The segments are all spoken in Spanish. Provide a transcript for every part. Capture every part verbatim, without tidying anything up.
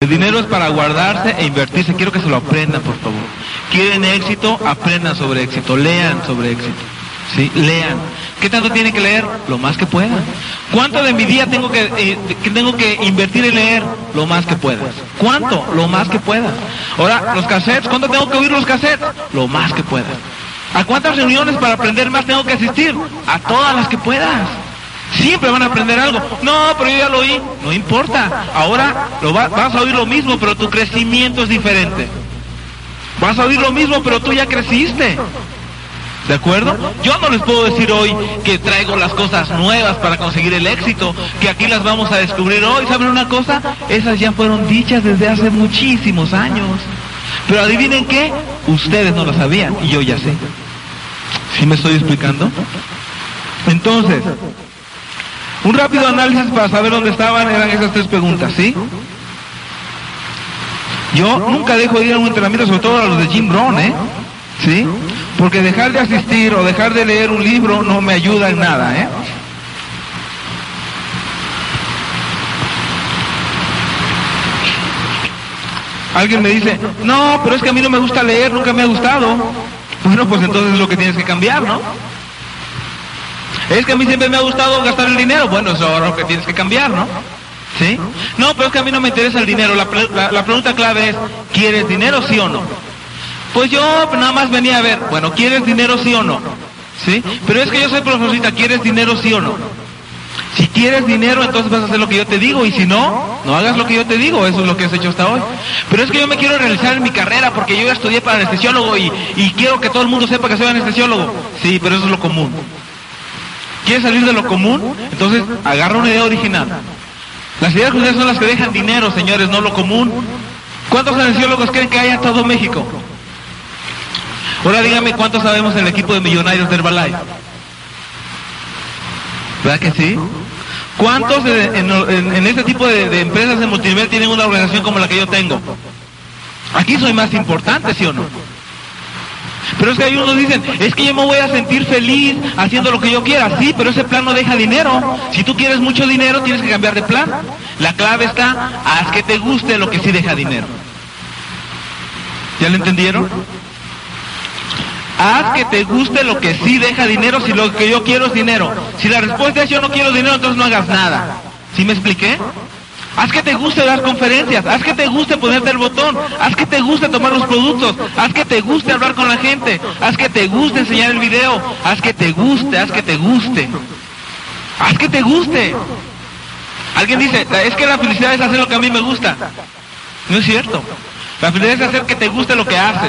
El dinero es para guardarse e invertirse. Quiero que se lo aprendan, por favor. ¿Quieren éxito? Aprendan sobre éxito. Lean sobre éxito. ¿Sí? Lean. ¿Qué tanto tienen que leer? Lo más que puedan. ¿Cuánto de mi día tengo que, eh, que tengo que invertir en leer? Lo más que puedas. ¿Cuánto? Lo más que puedas. Ahora, los cassettes. ¿Cuánto tengo que oír los cassettes? Lo más que puedas. ¿A cuántas reuniones para aprender más tengo que asistir? A todas las que puedas. Siempre van a aprender algo. No, pero yo ya lo oí. No importa. Ahora lo va, vas a oír lo mismo, pero tu crecimiento es diferente. Vas a oír lo mismo, pero tú ya creciste. ¿De acuerdo? Yo no les puedo decir hoy que traigo las cosas nuevas para conseguir el éxito, que aquí las vamos a descubrir hoy. ¿Saben una cosa? Esas ya fueron dichas desde hace muchísimos años. Pero adivinen qué, ustedes no lo sabían y yo ya sé. ¿Sí me estoy explicando? Entonces, un rápido análisis para saber dónde estaban eran esas tres preguntas, ¿sí? Yo nunca dejo de ir a un entrenamiento, sobre todo a los de Jim Rohn, ¿eh? ¿Sí? Porque dejar de asistir o dejar de leer un libro no me ayuda en nada, ¿eh? Alguien me dice, no, pero es que a mí no me gusta leer, nunca me ha gustado. Bueno, pues entonces es lo que tienes que cambiar, ¿no? Es que a mí siempre me ha gustado gastar el dinero. Bueno, eso es lo que tienes que cambiar, ¿no? ¿Sí? No, pero es que a mí no me interesa el dinero. La, la, la pregunta clave es, ¿quieres dinero, sí o no? Pues yo nada más venía a ver, bueno, ¿quieres dinero, sí o no? ¿Sí? Pero es que yo soy profesorita, ¿quieres dinero, sí o no? Si quieres dinero, entonces vas a hacer lo que yo te digo, y si no, no hagas lo que yo te digo. Eso es lo que has hecho hasta hoy. Pero es que yo me quiero realizar en mi carrera porque yo ya estudié para anestesiólogo y, y quiero que todo el mundo sepa que soy anestesiólogo. Sí, pero eso es lo común. ¿Quieres salir de lo común? Entonces agarra una idea original. Las ideas originales son las que dejan dinero, señores, no lo común. ¿Cuántos anestesiólogos creen que hay en todo México? Ahora dígame cuántos sabemos en el equipo de millonarios de Herbalife. ¿Verdad que sí? ¿Cuántos en, en, en, en este tipo de, de empresas de multinivel tienen una organización como la que yo tengo? Aquí soy más importante, ¿sí o no? Pero es que hay unos dicen, es que yo me voy a sentir feliz haciendo lo que yo quiera. Sí, pero ese plan no deja dinero. Si tú quieres mucho dinero, tienes que cambiar de plan. La clave está, haz que te guste lo que sí deja dinero. ¿Ya lo entendieron? Haz que te guste lo que sí deja dinero, si lo que yo quiero es dinero. Si la respuesta es yo no quiero dinero, entonces no hagas nada. ¿Sí me expliqué? Haz que te guste dar conferencias, haz que te guste ponerte el botón, haz que te guste tomar los productos, haz que te guste hablar con la gente, haz que te guste enseñar el video, haz que te guste, haz que te guste. Haz que te guste. Alguien dice, es que la felicidad es hacer lo que a mí me gusta. No es cierto. La felicidad es hacer que te guste lo que haces.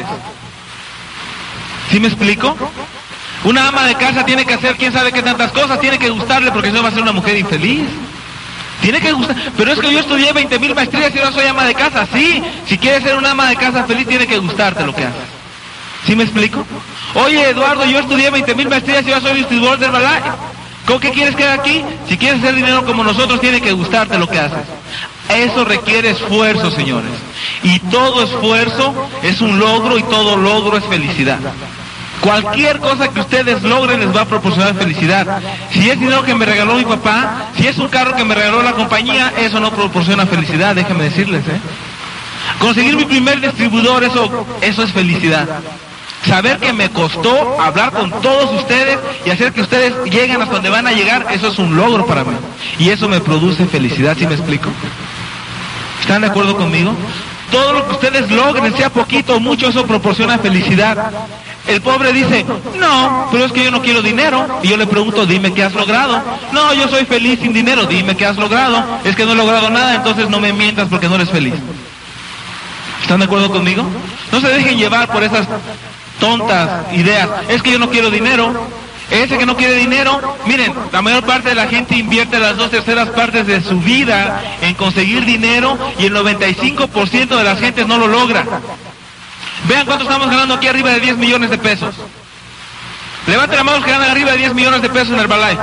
¿Sí me explico? Una ama de casa tiene que hacer quién sabe qué tantas cosas, tiene que gustarle porque si no va a ser una mujer infeliz. Tiene que gustar, pero es que yo estudié veinte mil maestrías y no soy ama de casa. Sí, si quieres ser una ama de casa feliz tiene que gustarte lo que haces. ¿Sí me explico? Oye, Eduardo, yo estudié veinte mil maestrías y yo soy distribuidor de Herbalife. ¿Con qué quieres quedar aquí? Si quieres hacer dinero como nosotros, tiene que gustarte lo que haces. Eso requiere esfuerzo, señores. Y todo esfuerzo es un logro y todo logro es felicidad. Cualquier cosa que ustedes logren les va a proporcionar felicidad. Si es dinero que me regaló mi papá, si es un carro que me regaló la compañía, eso no proporciona felicidad, déjenme decirles, ¿eh? Conseguir mi primer distribuidor, eso, eso es felicidad. Saber que me costó hablar con todos ustedes y hacer que ustedes lleguen hasta donde van a llegar, eso es un logro para mí. Y eso me produce felicidad, ¿sí me explico? ¿Están de acuerdo conmigo? Todo lo que ustedes logren, sea poquito o mucho, eso proporciona felicidad. El pobre dice, no, pero es que yo no quiero dinero. Y yo le pregunto, dime qué has logrado. No, yo soy feliz sin dinero, dime qué has logrado. Es que no he logrado nada, entonces no me mientas porque no eres feliz. ¿Están de acuerdo conmigo? No se dejen llevar por esas tontas ideas. Es que yo no quiero dinero. Ese que no quiere dinero, miren, la mayor parte de la gente invierte las dos terceras partes de su vida en conseguir dinero y el noventa y cinco por ciento de las gentes no lo logra. Vean cuánto estamos ganando aquí arriba de diez millones de pesos. Levanten la mano los que ganan arriba de diez millones de pesos en Herbalife.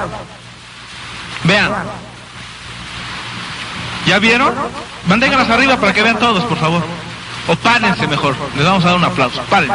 Vean. ¿Ya vieron? Manténganlas arriba para que vean todos, por favor. O párense mejor. Les vamos a dar un aplauso. Párense.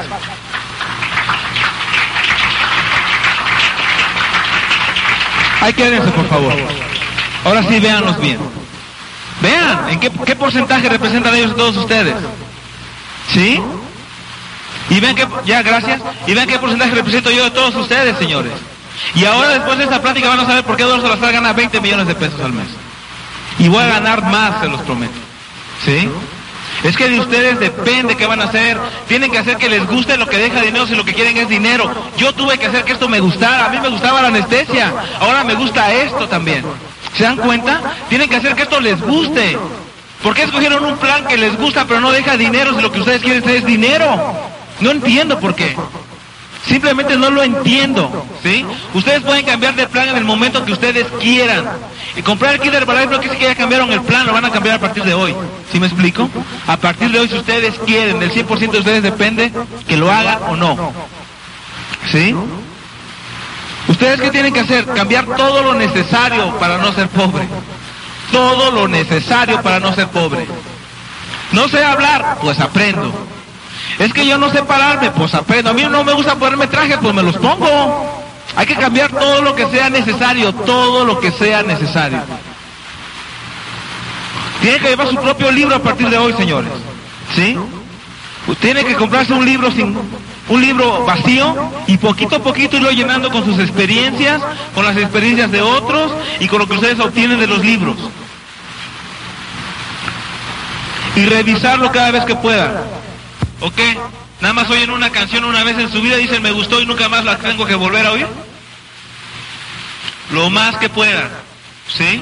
Ahí quédense, por favor. Ahora sí, véanlos bien. Vean, ¿en qué, qué porcentaje representan ellos a todos ustedes? ¿Sí? Y vean que, ya, gracias. Y vean qué porcentaje represento yo de todos ustedes, señores. Y ahora, después de esta plática, van a saber por qué Eduardo Salazar gana veinte millones de pesos al mes. Y voy a ganar más, se los prometo. ¿Sí? Es que de ustedes depende qué van a hacer. Tienen que hacer que les guste lo que deja dinero si lo que quieren es dinero. Yo tuve que hacer que esto me gustara. A mí me gustaba la anestesia. Ahora me gusta esto también. ¿Se dan cuenta? Tienen que hacer que esto les guste. ¿Por qué escogieron un plan que les gusta pero no deja dinero si lo que ustedes quieren es dinero? No entiendo por qué. Simplemente no lo entiendo, ¿sí? Ustedes pueden cambiar de plan en el momento que ustedes quieran. Y comprar el kit de Herbalife no quiere decir que ya cambiaron el plan, lo van a cambiar a partir de hoy. ¿Sí me explico? A partir de hoy, si ustedes quieren, del cien por ciento de ustedes depende que lo hagan o no. ¿Sí? ¿Ustedes qué tienen que hacer? Cambiar todo lo necesario para no ser pobre. Todo lo necesario para no ser pobre. No sé hablar, pues aprendo. Es que yo no sé pararme, pues aprendo. A mí no me gusta ponerme traje, pues me los pongo. Hay que cambiar todo lo que sea necesario, todo lo que sea necesario. Tiene que llevar su propio libro a partir de hoy, señores. ¿Sí? Tiene que comprarse un libro sin, un libro vacío y poquito a poquito irlo llenando con sus experiencias, con las experiencias de otros y con lo que ustedes obtienen de los libros. Y revisarlo cada vez que puedan. ¿Ok? Nada más oyen una canción una vez en su vida y dicen me gustó y nunca más la tengo que volver a oír. Lo más que puedan. ¿Sí?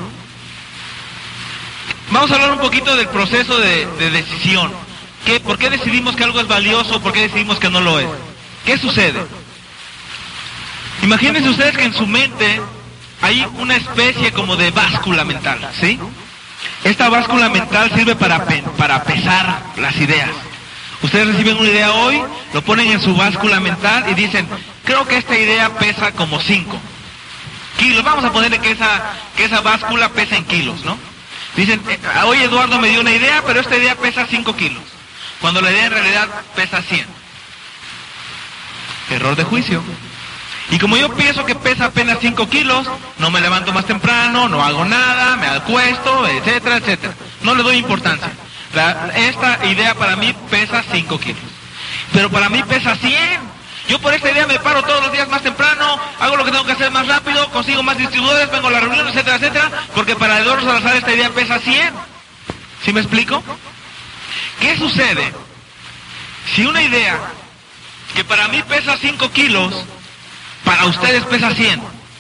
Vamos a hablar un poquito del proceso de, de decisión. ¿Qué, ¿Por qué decidimos que algo es valioso? ¿Por qué decidimos que no lo es? ¿Qué sucede? Imagínense ustedes que en su mente hay una especie como de báscula mental, ¿sí? Esta báscula mental sirve para, para pesar las ideas. Ustedes reciben una idea hoy, lo ponen en su báscula mental y dicen, creo que esta idea pesa como cinco kilos. Vamos a ponerle que esa, que esa báscula pesa en kilos, ¿no? Dicen, hoy Eduardo me dio una idea, pero esta idea pesa cinco kilos. Cuando la idea en realidad pesa cien. Error de juicio. Y como yo pienso que pesa apenas cinco kilos, no me levanto más temprano, no hago nada, me acuesto, etcétera, etcétera. No le doy importancia. La, esta idea para mí pesa cinco kilos. Pero para mí pesa cien. Yo por esta idea me paro todos los días más temprano, hago lo que tengo que hacer más rápido, consigo más distribuidores, vengo a la reunión, etcétera, etcétera, porque para Eduardo Salazar esta idea pesa cien. ¿Sí me explico? ¿Qué sucede si una idea que para mí pesa cinco kilos, para ustedes pesa cien?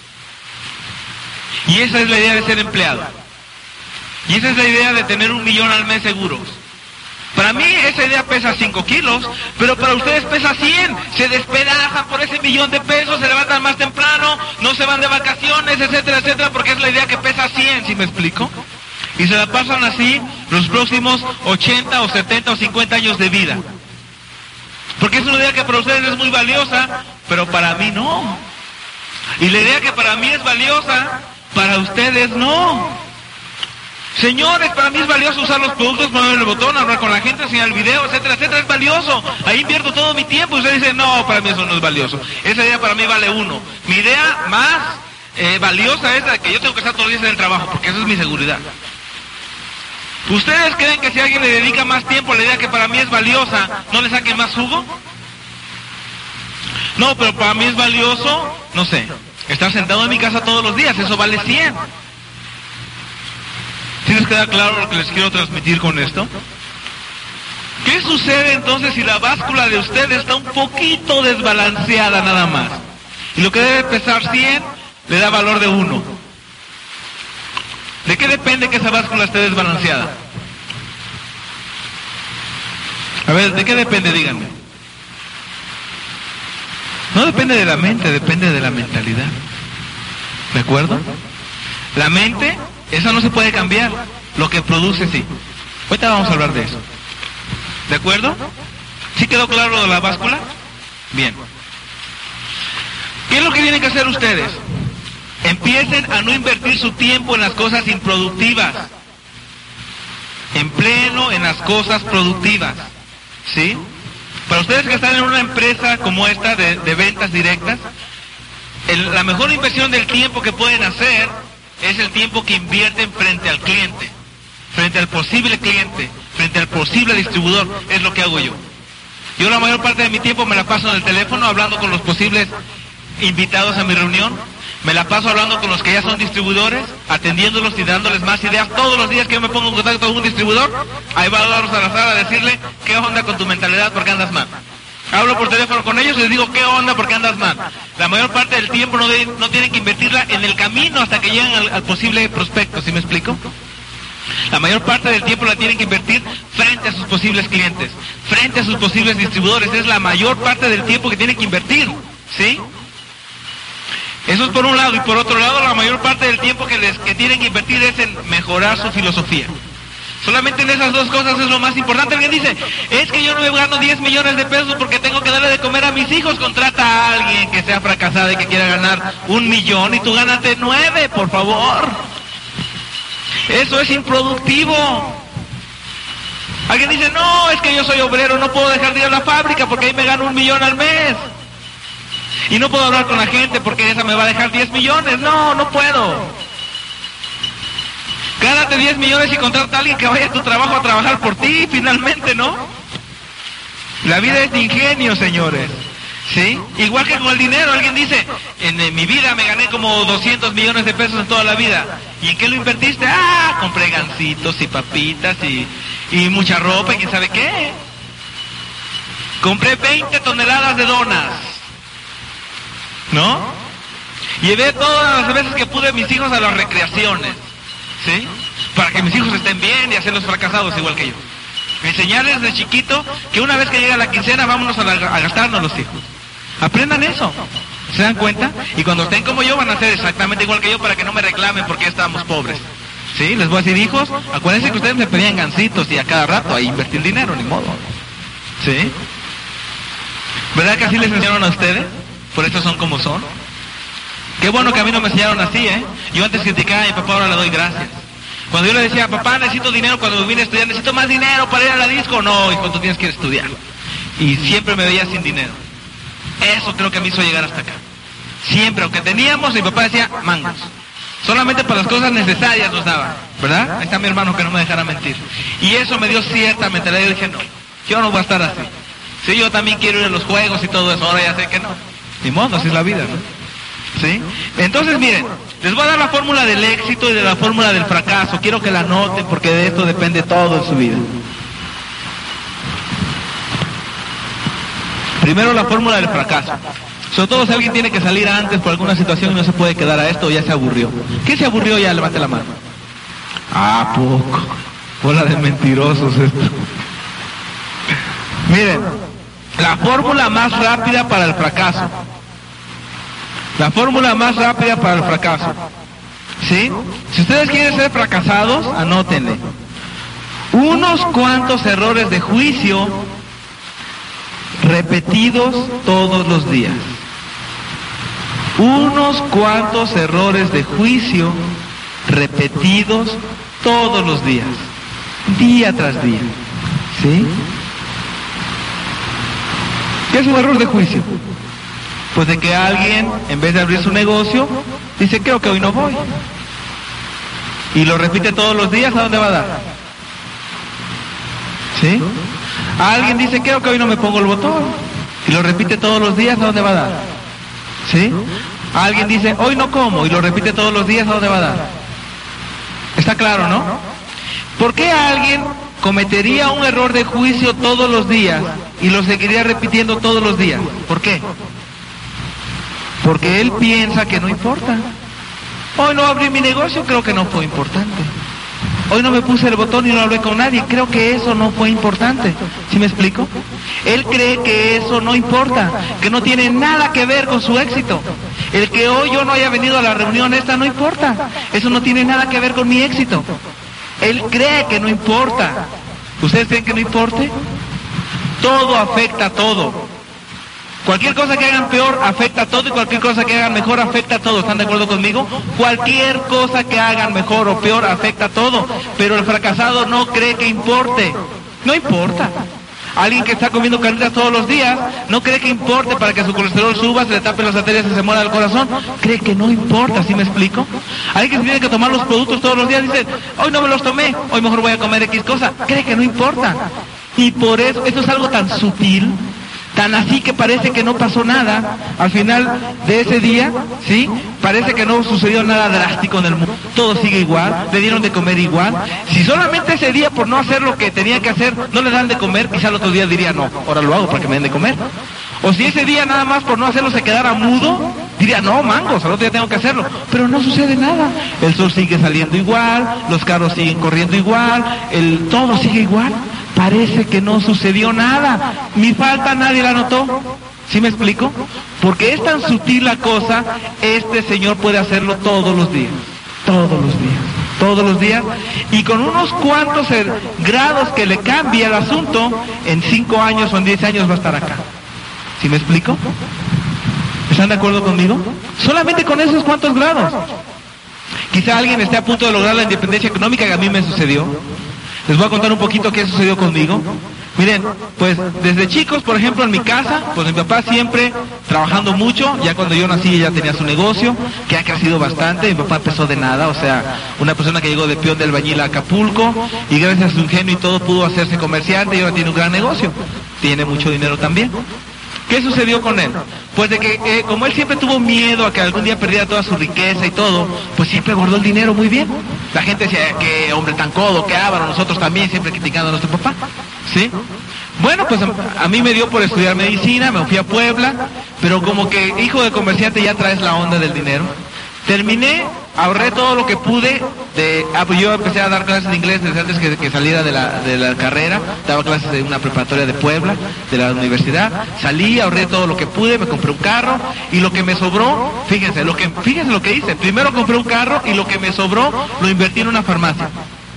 Y esa es la idea de ser empleado. Y esa es la idea de tener un millón al mes seguros. Para mí esa idea pesa cinco kilos, pero para ustedes pesa cien. Se despedazan por ese millón de pesos, se levantan más temprano, no se van de vacaciones, etcétera, etcétera, porque es la idea que pesa cien, ¿sí me explico? Y se la pasan así los próximos ochenta o setenta o cincuenta años de vida. Porque es una idea que para ustedes es muy valiosa, pero para mí no. Y la idea que para mí es valiosa, para ustedes no. Señores, para mí es valioso usar los productos, poner el botón, hablar con la gente, enseñar el video, etcétera, etcétera, es valioso. Ahí invierto todo mi tiempo y ustedes dicen, no, para mí eso no es valioso. Esa idea para mí vale uno. Mi idea más eh, valiosa es la que yo tengo que estar todos los días en el trabajo, porque esa es mi seguridad. ¿Ustedes creen que si alguien le dedica más tiempo a la idea que para mí es valiosa, no le saquen más jugo? No, pero para mí es valioso, no sé, estar sentado en mi casa todos los días, eso vale cien. ¿Sí les queda claro lo que les quiero transmitir con esto? ¿Qué sucede entonces si la báscula de ustedes está un poquito desbalanceada nada más? Y lo que debe pesar cien, le da valor de uno. ¿De qué depende que esa báscula esté desbalanceada? A ver, ¿de qué depende? Díganme. No depende de la mente, depende de la mentalidad. ¿De acuerdo? La mente, esa no se puede cambiar. Lo que produce, sí. Ahorita vamos a hablar de eso. ¿De acuerdo? ¿Sí quedó claro lo de la báscula? Bien. ¿Qué es lo que tienen que hacer ustedes? Empiecen a no invertir su tiempo en las cosas improductivas. Empléenlo en las cosas productivas. ¿Sí? Para ustedes que están en una empresa como esta de, de ventas directas, el, la mejor inversión del tiempo que pueden hacer es el tiempo que invierten frente al cliente. frente al posible cliente, frente al posible distribuidor, es lo que hago yo. Yo la mayor parte de mi tiempo me la paso en el teléfono hablando con los posibles invitados a mi reunión, me la paso hablando con los que ya son distribuidores, atendiéndolos y dándoles más ideas. Todos los días que yo me pongo en contacto con un distribuidor, ahí va a Eduardo Salazar a decirle qué onda con tu mentalidad porque andas mal. Hablo por teléfono con ellos y les digo qué onda porque andas mal. La mayor parte del tiempo no, de, no tienen que invertirla en el camino hasta que lleguen al, al posible prospecto, ¿sí me explico? La mayor parte del tiempo la tienen que invertir frente a sus posibles clientes, frente a sus posibles distribuidores. Es la mayor parte del tiempo que tienen que invertir, ¿sí? Eso es por un lado. Y por otro lado, la mayor parte del tiempo que, les, que tienen que invertir es en mejorar su filosofía. Solamente en esas dos cosas es lo más importante. Alguien dice, es que yo no me gano diez millones de pesos porque tengo que darle de comer a mis hijos. Contrata a alguien que sea fracasado y que quiera ganar un millón y tú gánate nueve, por favor. Eso es improductivo. Alguien dice, no, es que yo soy obrero, no puedo dejar de ir a la fábrica porque ahí me gano un millón al mes. Y no puedo hablar con la gente porque esa me va a dejar diez millones. No, no puedo. Gánate diez millones y contrata a alguien que vaya a tu trabajo a trabajar por ti, finalmente, ¿no? La vida es de ingenio, señores. ¿Sí? Igual que con el dinero. Alguien dice, en, en mi vida me gané como doscientos millones de pesos en toda la vida. ¿Y en qué lo invertiste? Ah, compré gancitos y papitas y, y mucha ropa y quién sabe qué. Compré veinte toneladas de donas, ¿no? Llevé todas las veces que pude a mis hijos a las recreaciones, ¿sí? Para que mis hijos estén bien y hacerlos fracasados igual que yo. Enseñarles de chiquito que una vez que llega la quincena vámonos a, la, a gastarnos los hijos. Aprendan eso. ¿Se dan cuenta? Y cuando estén como yo van a ser exactamente igual que yo para que no me reclamen porque estábamos pobres. ¿Sí? Les voy a decir, hijos, acuérdense que ustedes me pedían gancitos y a cada rato ahí invertir dinero, ni modo. ¿Sí? ¿Verdad que así les enseñaron a ustedes? Por eso son como son. Qué bueno que a mí no me enseñaron así, ¿eh? Yo antes criticaba a mi papá, ahora le doy gracias. Cuando yo le decía, papá, necesito dinero, cuando me vine a estudiar, necesito más dinero para ir a la disco. No, hijo, tú tienes que ir a estudiar. Y siempre me veía sin dinero. Eso creo que me hizo llegar hasta acá. Siempre, aunque teníamos, mi papá decía, mangos. Solamente para las cosas necesarias nos daba, ¿verdad? Ahí está mi hermano que no me dejara mentir. Y eso me dio cierta mentalidad. Yo dije, no, yo no voy a estar así. Sí, yo también quiero ir a los juegos y todo eso, ahora ya sé que no. Ni modo, así es la vida, ¿no? ¿Sí? Entonces, miren, les voy a dar la fórmula del éxito y de la fórmula del fracaso. Quiero que la anoten porque de esto depende todo en su vida. Primero, la fórmula del fracaso. Sobre todo si alguien tiene que salir antes por alguna situación y no se puede quedar a esto o ya se aburrió. ¿Quién se aburrió ya? Levante la mano. Ah, poco. Bola de mentirosos esto. Miren, la fórmula más rápida para el fracaso. La fórmula más rápida para el fracaso. ¿Sí? Si ustedes quieren ser fracasados, anótenle. Unos cuantos errores de juicio repetidos todos los días. Unos cuantos errores de juicio repetidos todos los días. Día tras día. ¿Sí? ¿Qué es un error de juicio? Pues de que alguien, en vez de abrir su negocio, dice, creo que hoy no voy. Y lo repite todos los días, ¿a dónde va a dar? ¿Sí? Alguien dice, creo que hoy no me pongo el botón. Y lo repite todos los días, ¿a dónde va a dar? ¿Sí? Alguien dice, hoy no como. Y lo repite todos los días, ¿a dónde va a dar? Está claro, ¿no? ¿Por qué alguien cometería un error de juicio todos los días y lo seguiría repitiendo todos los días? ¿Por qué? Porque él piensa que no importa. Hoy no abrí mi negocio, creo que no fue importante. Hoy no me puse el botón y no hablé con nadie, creo que eso no fue importante. ¿Sí me explico? Él cree que eso no importa, que no tiene nada que ver con su éxito. El que hoy yo no haya venido a la reunión esta no importa. Eso no tiene nada que ver con mi éxito. Él cree que no importa. ¿Ustedes creen que no importe? Todo afecta a todo. Cualquier cosa que hagan peor afecta a todo y cualquier cosa que hagan mejor afecta a todo. ¿Están de acuerdo conmigo? Cualquier cosa que hagan mejor o peor afecta a todo. Pero el fracasado no cree que importe. No importa. Alguien que está comiendo carnitas todos los días, ¿no cree que importe para que su colesterol suba, se le tapen las arterias y se muera el corazón? ¿Cree que no importa? ¿Sí me explico? Alguien que tiene que tomar los productos todos los días dice, hoy no me los tomé, hoy mejor voy a comer X cosa. ¿Cree que no importa? Y por eso, esto es algo tan sutil, tan así que parece que no pasó nada. Al final de ese día, ¿sí? Parece que no sucedió nada drástico en el mundo. Todo sigue igual, le dieron de comer igual. Si solamente ese día por no hacer lo que tenía que hacer, no le dan de comer, quizá el otro día diría, no, ahora lo hago para que me den de comer. O si ese día nada más por no hacerlo se quedara mudo, diría, no, mangos, al otro día tengo que hacerlo. Pero no sucede nada. El sol sigue saliendo igual, los carros siguen corriendo igual, el, todo sigue igual. Parece que no sucedió nada. Mi falta nadie la notó. ¿Sí me explico? Porque es tan sutil la cosa, este Señor puede hacerlo todos los días. Todos los días. Todos los días. Y con unos cuantos grados que le cambie el asunto, en cinco años o en diez años va a estar acá. ¿Sí me explico? ¿Están de acuerdo conmigo? Solamente con esos cuantos grados. Quizá alguien esté a punto de lograr la independencia económica que a mí me sucedió. Les voy a contar un poquito qué sucedió conmigo. Miren, pues desde chicos, por ejemplo, en mi casa, pues mi papá siempre trabajando mucho. Ya cuando yo nací ya tenía su negocio, que ha crecido bastante. Mi papá empezó de nada, o sea, una persona que llegó de peón de albañil a Acapulco y gracias a su ingenio y todo pudo hacerse comerciante y ahora tiene un gran negocio. Tiene mucho dinero también. ¿Qué sucedió con él? Pues de que eh, como él siempre tuvo miedo a que algún día perdiera toda su riqueza y todo, pues siempre guardó el dinero muy bien. La gente decía, qué hombre tan codo, qué avaro, nosotros también siempre criticando a nuestro papá. ¿Sí? Bueno, pues a, a mí me dio por estudiar medicina, me fui a Puebla, pero como que hijo de comerciante ya traes la onda del dinero. Terminé, ahorré todo lo que pude, de, ah, pues yo empecé a dar clases de inglés desde antes que, que saliera de la, de la carrera, daba clases de una preparatoria de Puebla, de la universidad, salí, ahorré todo lo que pude, me compré un carro, y lo que me sobró, fíjense, lo que, fíjense lo que hice, primero compré un carro, y lo que me sobró, lo invertí en una farmacia.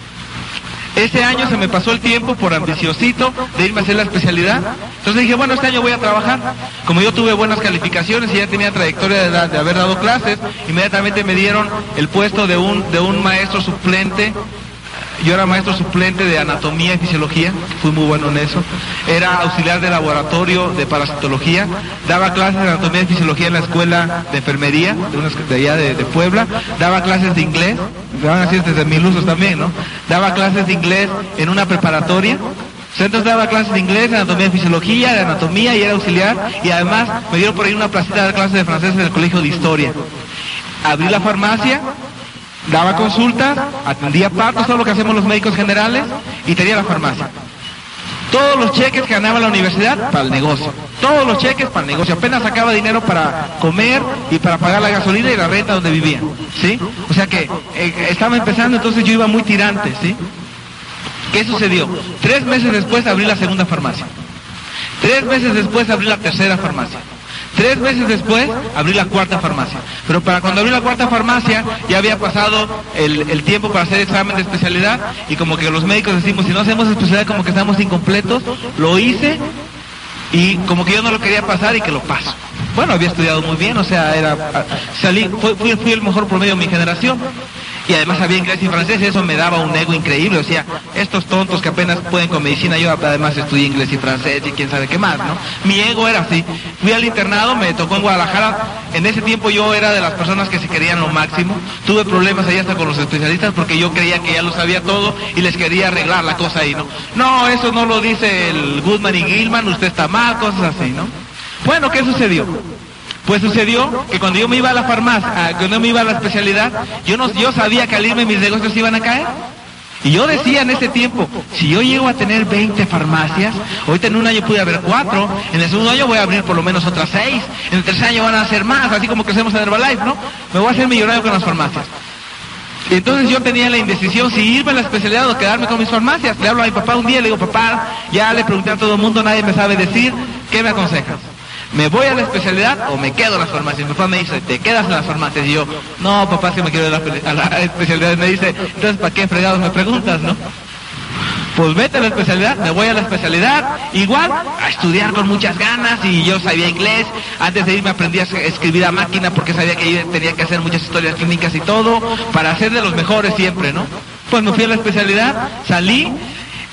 Ese año se me pasó el tiempo por ambiciosito de irme a hacer la especialidad. Entonces dije, bueno, este año voy a trabajar. Como yo tuve buenas calificaciones y ya tenía trayectoria de, da, de haber dado clases, inmediatamente me dieron el puesto de un, de un maestro suplente. Yo era maestro suplente de anatomía y fisiología, fui muy bueno en eso. Era auxiliar de laboratorio de parasitología, daba clases de anatomía y fisiología en la escuela de enfermería, de, una, de allá de, de Puebla, daba clases de inglés, daban así desde mil usos también, ¿no? Daba clases de inglés en una preparatoria. Entonces daba clases de inglés, de anatomía y fisiología, de anatomía y era auxiliar, y además me dieron por ahí una placita de dar clases de francés en el colegio de historia. Abrí la farmacia, daba consultas, atendía partos, todo lo que hacemos los médicos generales, y tenía la farmacia. Todos los cheques que ganaba la universidad para el negocio. Todos los cheques para el negocio. Apenas sacaba dinero para comer y para pagar la gasolina y la renta donde vivía. ¿Sí? O sea que eh, estaba empezando, entonces yo iba muy tirante. ¿Sí? ¿Qué sucedió? Tres meses después abrí la segunda farmacia. Tres meses después abrí la tercera farmacia. Tres meses después abrí la cuarta farmacia. Pero para cuando abrí la cuarta farmacia ya había pasado el, el tiempo para hacer examen de especialidad y como que los médicos decimos, si no hacemos especialidad como que estamos incompletos. Lo hice y como que yo no lo quería pasar y que lo paso. Bueno, había estudiado muy bien, o sea, era salí, fui, fui, fui el mejor promedio de mi generación. Y además sabía inglés y francés, eso me daba un ego increíble, o sea, estos tontos que apenas pueden con medicina, yo además estudié inglés y francés y quién sabe qué más, ¿no? Mi ego era así. Fui al internado, me tocó en Guadalajara, en ese tiempo yo era de las personas que se querían lo máximo, tuve problemas ahí hasta con los especialistas porque yo creía que ya lo sabía todo y les quería arreglar la cosa ahí, ¿no? No, eso no lo dice el Goodman y Gilman, usted está mal, cosas así, ¿no? Bueno, ¿qué sucedió? Pues sucedió que cuando yo me iba a la farmacia, cuando yo me iba a la especialidad, yo no, yo sabía que al irme mis negocios iban a caer. Y yo decía en ese tiempo, si yo llego a tener veinte farmacias, ahorita en un año pude haber cuatro, en el segundo año voy a abrir por lo menos otras seis, en el tercer año van a ser más, así como que hacemos en Herbalife, ¿no? Me voy a hacer millonario con las farmacias. Y entonces yo tenía la indecisión si irme a la especialidad o quedarme con mis farmacias. Le hablo a mi papá un día, le digo, papá, ya le pregunté a todo el mundo, nadie me sabe decir, ¿qué me aconsejas? ¿Me voy a la especialidad o me quedo en las farmacias? Mi papá me dice, ¿te quedas en las farmacias? Y yo, no, papá, si me quiero ir a la, a la especialidad. Me dice, entonces, ¿para qué fregados me preguntas, no? Pues vete a la especialidad, me voy a la especialidad, igual, a estudiar con muchas ganas, y yo sabía inglés. Antes de irme aprendí a escribir a máquina porque sabía que tenía que hacer muchas historias clínicas y todo, para ser de los mejores siempre, ¿no? Pues me fui a la especialidad, salí.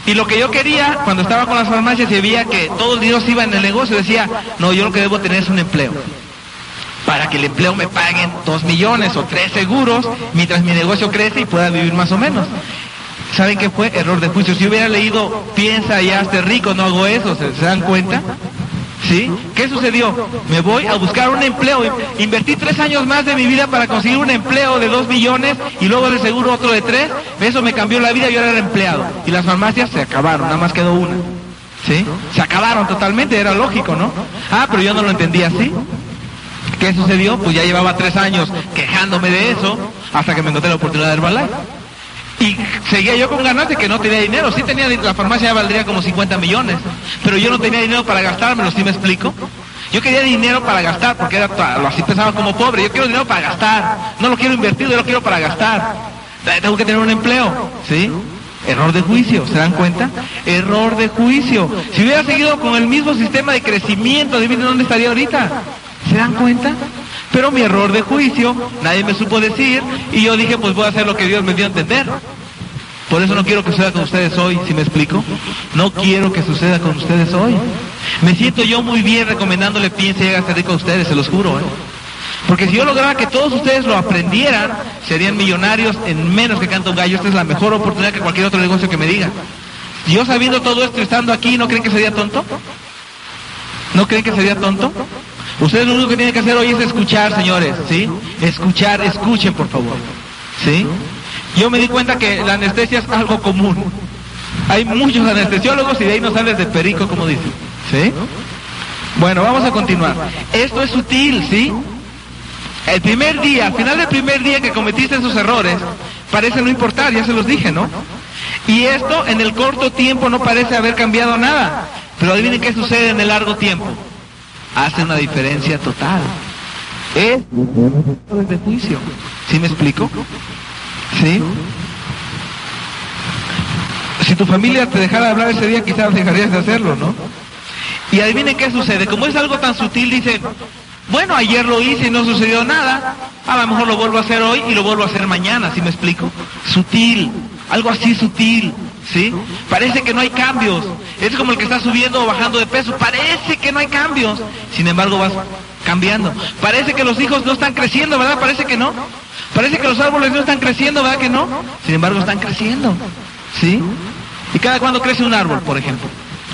Y lo que yo quería, cuando estaba con las farmacias y veía que todo el dinero se iba en el negocio, decía, no, yo lo que debo tener es un empleo. Para que el empleo me paguen dos millones o tres seguros, mientras mi negocio crece y pueda vivir más o menos. ¿Saben qué fue? Error de juicio. Si hubiera leído, piensa y hazte rico, no hago eso, ¿se, ¿se dan cuenta? ¿Sí? ¿Qué sucedió? Me voy a buscar un empleo. Invertí tres años más de mi vida para conseguir un empleo de dos millones y luego de seguro otro de tres. Eso me cambió la vida, yo era empleado. Y las farmacias se acabaron, nada más quedó una. ¿Sí? Se acabaron totalmente, era lógico, ¿no? Ah, pero yo no lo entendía así. ¿Qué sucedió? Pues ya llevaba tres años quejándome de eso hasta que me encontré la oportunidad de Herbalife. Y seguía yo con ganas de que no tenía dinero. Sí tenía, la farmacia ya valdría como cincuenta millones, pero yo no tenía dinero para gastármelo, ¿sí me explico? Yo quería dinero para gastar, porque era, así pensaba como pobre. Yo quiero dinero para gastar, no lo quiero invertir, yo lo quiero para gastar. Tengo que tener un empleo, ¿sí? Error de juicio, ¿se dan cuenta? Error de juicio. Si hubiera seguido con el mismo sistema de crecimiento, adivinen dónde estaría ahorita. ¿Se dan cuenta? Pero mi error de juicio, nadie me supo decir, y yo dije, pues voy a hacer lo que Dios me dio a entender. Por eso no quiero que suceda con ustedes hoy, ¿sí me explico? No quiero que suceda con ustedes hoy. Me siento yo muy bien recomendándole piense y hágase rico a ustedes, se los juro, ¿eh? Porque si yo lograra que todos ustedes lo aprendieran, serían millonarios en menos que canto un gallo. Esta es la mejor oportunidad que cualquier otro negocio que me diga. Yo sabiendo todo esto, estando aquí, ¿no creen que sería tonto? ¿No creen que sería tonto? Ustedes lo único que tienen que hacer hoy es escuchar, señores, ¿sí? Escuchar, escuchen, por favor, ¿sí? Yo me di cuenta que la anestesia es algo común. Hay muchos anestesiólogos y de ahí no sales de perico, como dicen, ¿sí? Bueno, vamos a continuar. Esto es sutil, ¿sí? El primer día, al final del primer día que cometiste esos errores, parece no importar, ya se los dije, ¿no? Y esto en el corto tiempo no parece haber cambiado nada. Pero adivinen qué sucede en el largo tiempo. Hace una diferencia total. Es de juicio. ¿Sí me explico? ¿Sí? Si tu familia te dejara de hablar ese día, quizás dejarías de hacerlo, ¿no? Y adivinen qué sucede. Como es algo tan sutil, dice, bueno, ayer lo hice y no sucedió nada. A lo mejor lo vuelvo a hacer hoy y lo vuelvo a hacer mañana, ¿sí me explico? Sutil. Algo así sutil. ¿Sí? Parece que no hay cambios. Es como el que está subiendo o bajando de peso. Parece que no hay cambios. Sin embargo, vas cambiando. Parece que los hijos no están creciendo, ¿verdad? Parece que no. Parece que los árboles no están creciendo, ¿verdad que no? Sin embargo, están creciendo. ¿Sí? ¿Y cada cuándo crece un árbol, por ejemplo?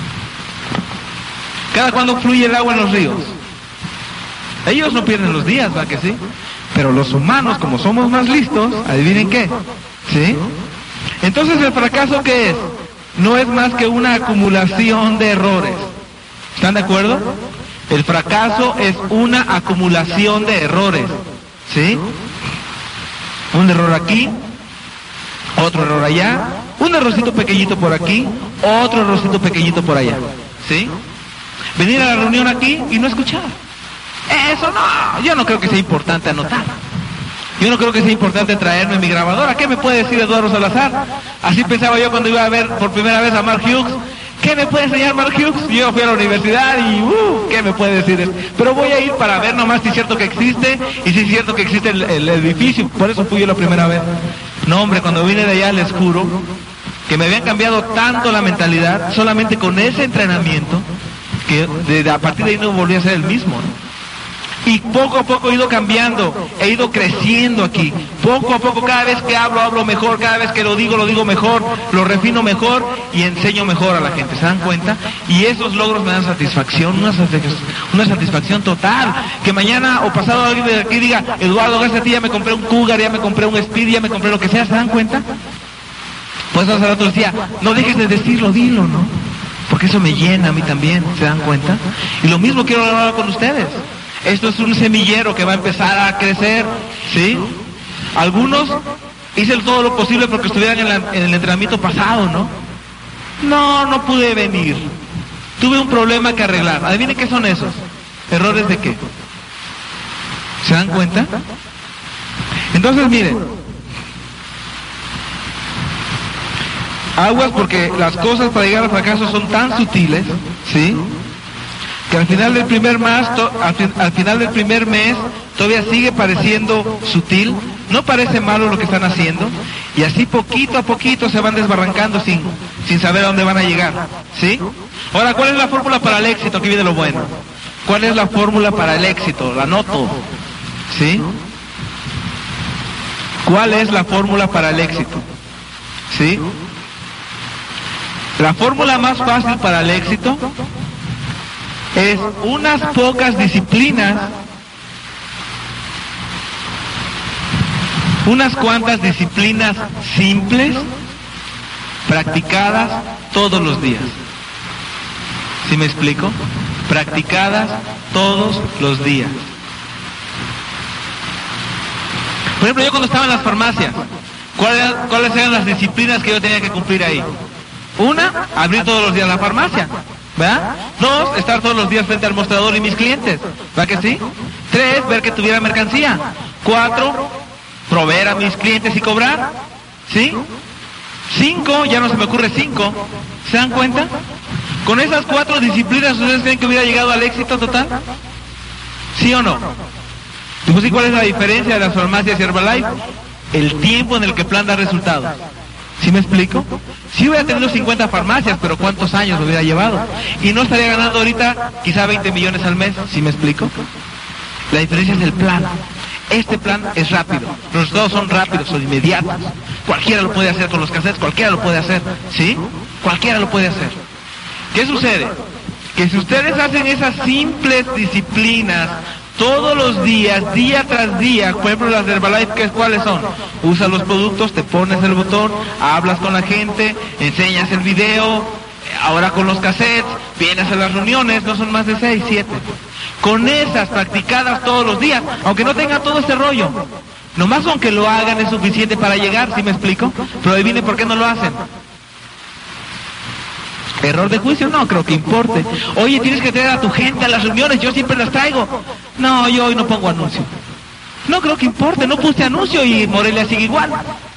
¿Cada cuándo fluye el agua en los ríos? Ellos no pierden los días, ¿verdad que sí? Pero los humanos, como somos más listos, adivinen qué. ¿Sí? Entonces, ¿el fracaso qué es? No es más que una acumulación de errores. ¿Están de acuerdo? El fracaso es una acumulación de errores. ¿Sí? Un error aquí, otro error allá, un errorcito pequeñito por aquí, otro errorcito pequeñito por allá. ¿Sí? Venir a la reunión aquí y no escuchar. Eso no, yo no creo que sea importante anotar. Yo no creo que sea importante traerme mi grabadora. ¿Qué me puede decir Eduardo Salazar? Así pensaba yo cuando iba a ver por primera vez a Mark Hughes. ¿Qué me puede enseñar Mark Hughes? Yo fui a la universidad y, uh, ¿qué me puede decir él? Pero voy a ir para ver nomás si es cierto que existe y si es cierto que existe el, el edificio. Por eso fui yo la primera vez. No, hombre, cuando vine de allá les juro que me habían cambiado tanto la mentalidad, solamente con ese entrenamiento, que de, a partir de ahí no volví a ser el mismo, ¿no? Y poco a poco he ido cambiando, he ido creciendo aquí. Poco a poco, cada vez que hablo, hablo mejor, cada vez que lo digo, lo digo mejor, lo refino mejor y enseño mejor a la gente. ¿Se dan cuenta? Y esos logros me dan satisfacción, una satisfacción, una satisfacción total. Que mañana o pasado alguien de aquí diga, Eduardo, gracias a ti ya me compré un Cougar, ya me compré un Speed, ya me compré lo que sea. ¿Se dan cuenta? Pues hace rato decía, no dejes de decirlo, dilo, ¿no? Porque eso me llena a mí también, ¿se dan cuenta? Y lo mismo quiero hablar con ustedes. Esto es un semillero que va a empezar a crecer, ¿sí? Algunos hice todo lo posible porque estuvieran en, la, en el entrenamiento pasado, ¿no? No, no pude venir. Tuve un problema que arreglar. Adivinen qué son esos. ¿Errores de qué? ¿Se dan cuenta? Entonces, miren. Aguas porque las cosas para llegar al fracaso son tan sutiles, ¿sí? Que al final del primer mes, to, al, fin, al final del primer mes todavía sigue pareciendo sutil, no parece malo lo que están haciendo, Y así poquito a poquito se van desbarrancando sin, sin saber a dónde van a llegar, ¿sí? Ahora, ¿cuál es la fórmula para el éxito? Aquí viene lo bueno. ¿Cuál es la fórmula para el éxito? La anoto, ¿sí? ¿Cuál es la fórmula para el éxito? ¿Sí? La fórmula más fácil para el éxito es unas pocas disciplinas, unas cuantas disciplinas simples, practicadas todos los días. ¿Sí me explico? Practicadas todos los días. Por ejemplo, yo cuando estaba en las farmacias, ¿cuáles, cuáles eran las disciplinas que yo tenía que cumplir ahí? Una, abrir todos los días la farmacia, ¿verdad? Dos, estar todos los días frente al mostrador y mis clientes, ¿verdad que sí? Tres, ver que tuviera mercancía. Cuatro, proveer a mis clientes y cobrar, ¿sí? Cinco, ya no se me ocurre cinco, ¿se dan cuenta? Con esas cuatro disciplinas, ¿ustedes creen que hubiera llegado al éxito total? ¿Sí o no? Pues, ¿cuál es la diferencia de las farmacias y Herbalife? El tiempo en el que el plan da resultados. ¿Sí me explico? Si hubiera tenido cincuenta farmacias, pero ¿cuántos años lo hubiera llevado? Y no estaría ganando ahorita quizá veinte millones al mes. ¿Sí me explico? La diferencia es el plan. Este plan es rápido. Los resultados son rápidos, son inmediatos. Cualquiera lo puede hacer con los cassettes, cualquiera lo puede hacer. ¿Sí? Cualquiera lo puede hacer. ¿Qué sucede? Que si ustedes hacen esas simples disciplinas todos los días, día tras día, por ejemplo las de Herbalife, ¿qué, ¿cuáles son? Usas los productos, te pones el botón, hablas con la gente, enseñas el video, ahora con los cassettes, vienes a las reuniones, no son más de seis, siete. Con esas practicadas todos los días, aunque no tengan todo este rollo, nomás con que lo hagan es suficiente para llegar, ¿sí me explico? Pero adivine por qué no lo hacen. ¿Error de juicio? No creo que importe. Oye, tienes que traer a tu gente a las reuniones, yo siempre las traigo. No, yo hoy no pongo anuncio. No creo que importe, no puse anuncio y Morelia sigue igual.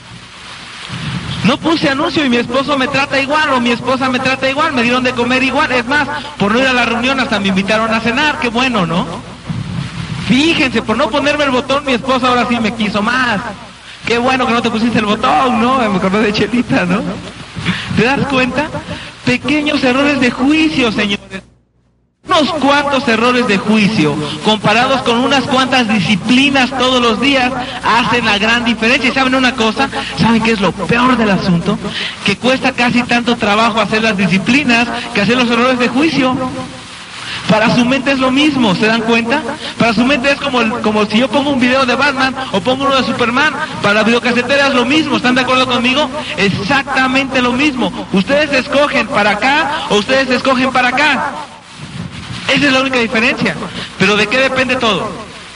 No puse anuncio y mi esposo me trata igual, o mi esposa me trata igual, me dieron de comer igual. Es más, por no ir a la reunión hasta me invitaron a cenar, qué bueno, ¿no? Fíjense, por no ponerme el botón, mi esposa ahora sí me quiso más. Qué bueno que no te pusiste el botón, ¿no? Me acordé de Chelita, ¿no? ¿Te das cuenta? Pequeños errores de juicio, señores. Unos cuantos errores de juicio, comparados con unas cuantas disciplinas todos los días, hacen la gran diferencia. ¿Y saben una cosa? ¿Saben qué es lo peor del asunto? Que cuesta casi tanto trabajo hacer las disciplinas que hacer los errores de juicio. Para su mente es lo mismo, ¿se dan cuenta? Para su mente es como, el, como si yo pongo un video de Batman o pongo uno de Superman. Para la videocasetera es lo mismo, ¿están de acuerdo conmigo? Exactamente lo mismo. Ustedes escogen para acá o ustedes escogen para acá. Esa es la única diferencia. Pero ¿de qué depende todo?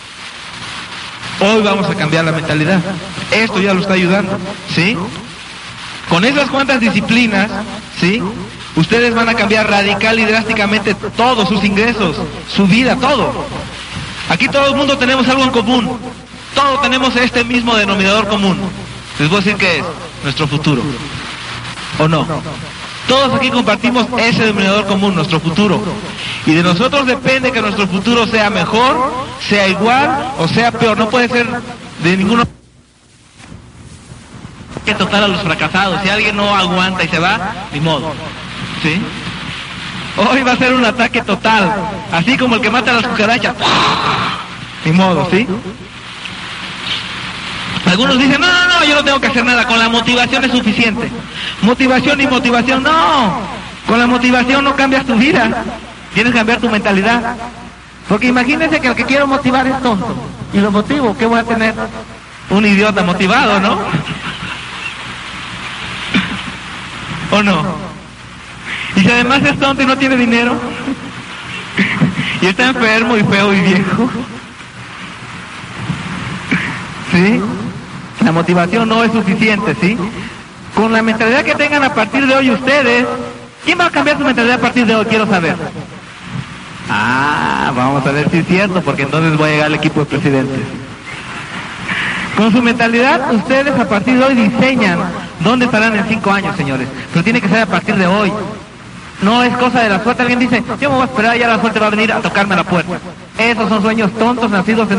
Hoy vamos a cambiar la mentalidad. Esto ya lo está ayudando, ¿sí? Con esas cuantas disciplinas, ¿sí? Ustedes van a cambiar radical y drásticamente todos sus ingresos, su vida, todo. Aquí todo el mundo tenemos algo en común. Todos tenemos este mismo denominador común. Les voy a decir que es nuestro futuro. ¿O no? Todos aquí compartimos ese denominador común, nuestro futuro. Y de nosotros depende que nuestro futuro sea mejor, sea igual o sea peor. No puede ser de ninguno. Hay que tocar a los fracasados. Si alguien no aguanta y se va, ni modo. ¿Sí? Hoy va a ser un ataque total, así como el que mata a las cucarachas. Ni modo, ¿sí? Algunos dicen, no, no, no, yo no tengo que hacer nada, con la motivación es suficiente. Motivación y motivación, no. Con la motivación no cambias tu vida, tienes que cambiar tu mentalidad. Porque imagínense que el que quiero motivar es tonto, y lo motivo, ¿qué voy a tener? Un idiota motivado, ¿no? ¿O no? Y si además es tonto y no tiene dinero, y está enfermo y feo y viejo, ¿sí? La motivación no es suficiente, ¿sí? Con la mentalidad que tengan a partir de hoy ustedes, ¿quién va a cambiar su mentalidad a partir de hoy? Quiero saber. Ah, vamos a ver si es cierto, porque entonces voy a llegar al equipo de presidentes. Con su mentalidad, ustedes a partir de hoy diseñan dónde estarán en cinco años, señores. Pero tiene que ser a partir de hoy. No es cosa de la suerte. Alguien dice, yo me voy a esperar, ya la suerte va a venir a tocarme a la puerta. Esos son sueños tontos nacidos en